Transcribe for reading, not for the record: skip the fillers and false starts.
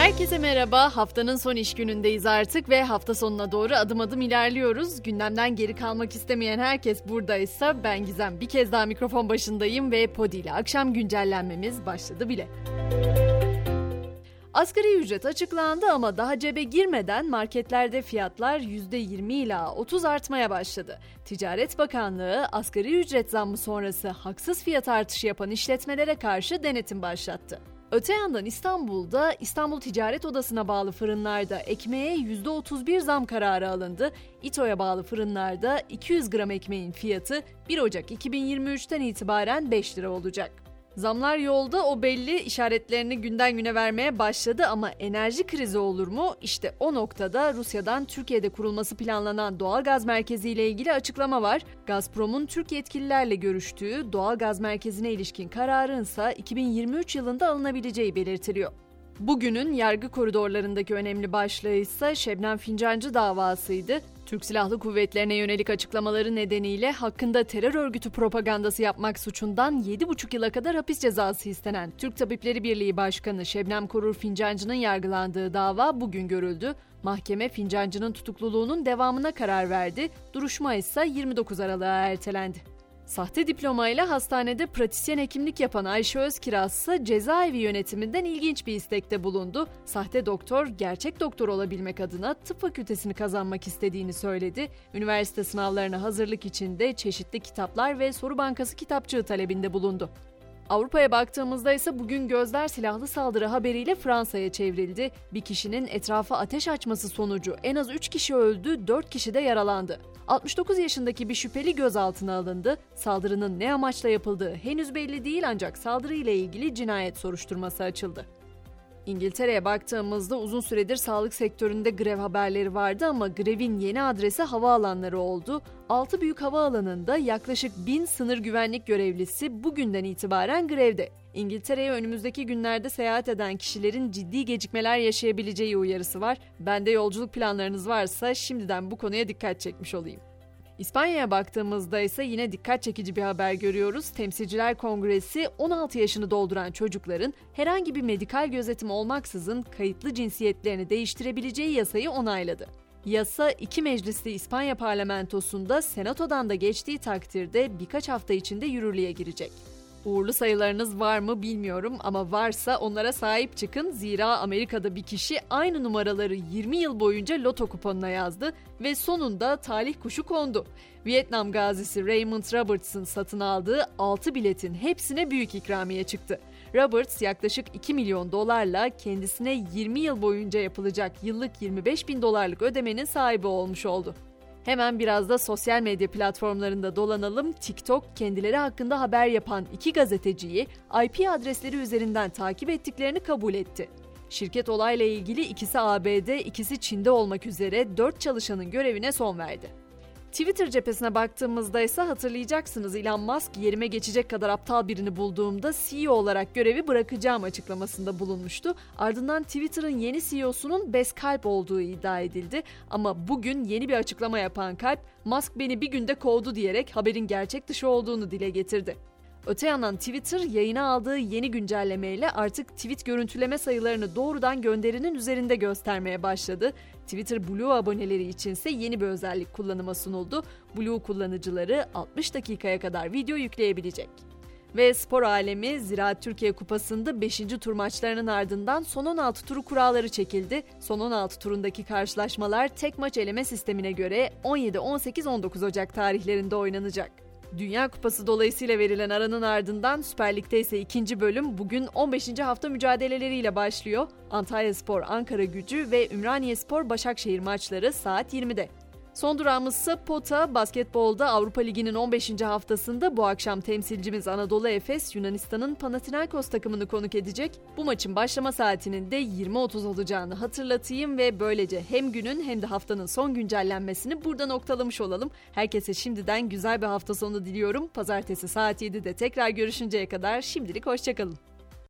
Herkese merhaba. Haftanın son iş günündeyiz artık ve hafta sonuna doğru adım adım ilerliyoruz. Gündemden geri kalmak istemeyen herkes buradaysa ben Gizem bir kez daha mikrofon başındayım ve Podi ile akşam güncellenmemiz başladı bile. Asgari ücret açıklandı ama daha cebe girmeden marketlerde fiyatlar %20 ila 30 artmaya başladı. Ticaret Bakanlığı asgari ücret zammı sonrası haksız fiyat artışı yapan işletmelere karşı denetim başlattı. Öte yandan İstanbul'da İstanbul Ticaret Odası'na bağlı fırınlarda ekmeğe %31 zam kararı alındı. İTO'ya bağlı fırınlarda 200 gram ekmeğin fiyatı 1 Ocak 2023'ten itibaren 5 lira olacak. Zamlar yolda, o belli, işaretlerini günden güne vermeye başladı ama enerji krizi olur mu? İşte o noktada Rusya'dan Türkiye'de kurulması planlanan doğalgaz merkezi ile ilgili açıklama var. Gazprom'un Türk yetkililerle görüştüğü doğalgaz merkezine ilişkin kararın ise 2023 yılında alınabileceği belirtiliyor. Bugünün yargı koridorlarındaki önemli başlığı ise Şebnem Fincancı davasıydı. Türk Silahlı Kuvvetlerine yönelik açıklamaları nedeniyle hakkında terör örgütü propagandası yapmak suçundan 7,5 yıla kadar hapis cezası istenen Türk Tabipleri Birliği Başkanı Şebnem Korur Fincancı'nın yargılandığı dava bugün görüldü. Mahkeme Fincancı'nın tutukluluğunun devamına karar verdi. Duruşma ise 29 Aralık'a ertelendi. Sahte diplomayla hastanede pratisyen hekimlik yapan Ayşe Özkiraz ise cezaevi yönetiminden ilginç bir istekte bulundu. Sahte doktor, gerçek doktor olabilmek adına tıp fakültesini kazanmak istediğini söyledi. Üniversite sınavlarına hazırlık için de çeşitli kitaplar ve soru bankası kitapçığı talebinde bulundu. Avrupa'ya baktığımızda ise bugün gözler silahlı saldırı haberiyle Fransa'ya çevrildi. Bir kişinin etrafa ateş açması sonucu en az 3 kişi öldü, 4 kişi de yaralandı. 69 yaşındaki bir şüpheli gözaltına alındı. Saldırının ne amaçla yapıldığı henüz belli değil ancak saldırıyla ilgili cinayet soruşturması açıldı. İngiltere'ye baktığımızda uzun süredir sağlık sektöründe grev haberleri vardı ama grevin yeni adresi havaalanları oldu. 6 büyük havaalanında yaklaşık 1000 sınır güvenlik görevlisi bugünden itibaren grevde. İngiltere'ye önümüzdeki günlerde seyahat eden kişilerin ciddi gecikmeler yaşayabileceği uyarısı var. Bende yolculuk planlarınız varsa şimdiden bu konuya dikkat çekmiş olayım. İspanya'ya baktığımızda ise yine dikkat çekici bir haber görüyoruz. Temsilciler Kongresi 16 yaşını dolduran çocukların herhangi bir medikal gözetim olmaksızın kayıtlı cinsiyetlerini değiştirebileceği yasayı onayladı. Yasa 2 meclisli İspanya parlamentosunda Senato'dan da geçtiği takdirde birkaç hafta içinde yürürlüğe girecek. Uğurlu sayılarınız var mı bilmiyorum ama varsa onlara sahip çıkın. Zira Amerika'da bir kişi aynı numaraları 20 yıl boyunca loto kuponuna yazdı ve sonunda talih kuşu kondu. Vietnam gazisi Raymond Roberts'ın satın aldığı 6 biletin hepsine büyük ikramiye çıktı. Roberts yaklaşık 2 milyon dolarla kendisine 20 yıl boyunca yapılacak yıllık 25 bin dolarlık ödemenin sahibi olmuş oldu. Hemen biraz da sosyal medya platformlarında dolanalım. TikTok kendileri hakkında haber yapan 2 gazeteciyi IP adresleri üzerinden takip ettiklerini kabul etti. Şirket olayla ilgili ikisi ABD, ikisi Çin'de olmak üzere 4 çalışanın görevine son verdi. Twitter cephesine baktığımızda ise hatırlayacaksınız, Elon Musk yerime geçecek kadar aptal birini bulduğumda CEO olarak görevi bırakacağım açıklamasında bulunmuştu. Ardından Twitter'ın yeni CEO'sunun Bes Kalp olduğu iddia edildi. Ama bugün yeni bir açıklama yapan Kalp, Musk beni bir günde kovdu diyerek haberin gerçek dışı olduğunu dile getirdi. Öte yandan Twitter yayına aldığı yeni güncellemeyle artık tweet görüntüleme sayılarını doğrudan gönderinin üzerinde göstermeye başladı. Twitter Blue aboneleri içinse yeni bir özellik kullanıma sunuldu. Blue kullanıcıları 60 dakikaya kadar video yükleyebilecek. Ve spor alemi Ziraat Türkiye Kupası'nda 5. tur maçlarının ardından son 16 turu kuralları çekildi. Son 16 turundaki karşılaşmalar tek maç eleme sistemine göre 17, 18, 19 Ocak tarihlerinde oynanacak. Dünya Kupası dolayısıyla verilen aranın ardından Süper Lig'de ise ikinci bölüm bugün 15. hafta mücadeleleriyle başlıyor. Antalyaspor Ankaragücü ve Ümraniyespor Başakşehir maçları saat 20'de. Son durağımız ise pota. Basketbolda Avrupa Ligi'nin 15. haftasında bu akşam temsilcimiz Anadolu Efes Yunanistan'ın Panathinaikos takımını konuk edecek. Bu maçın başlama saatinin de 20.30 olacağını hatırlatayım ve böylece hem günün hem de haftanın son güncellenmesini burada noktalamış olalım. Herkese şimdiden güzel bir hafta sonu diliyorum. Pazartesi saat 7'de tekrar görüşünceye kadar şimdilik hoşçakalın.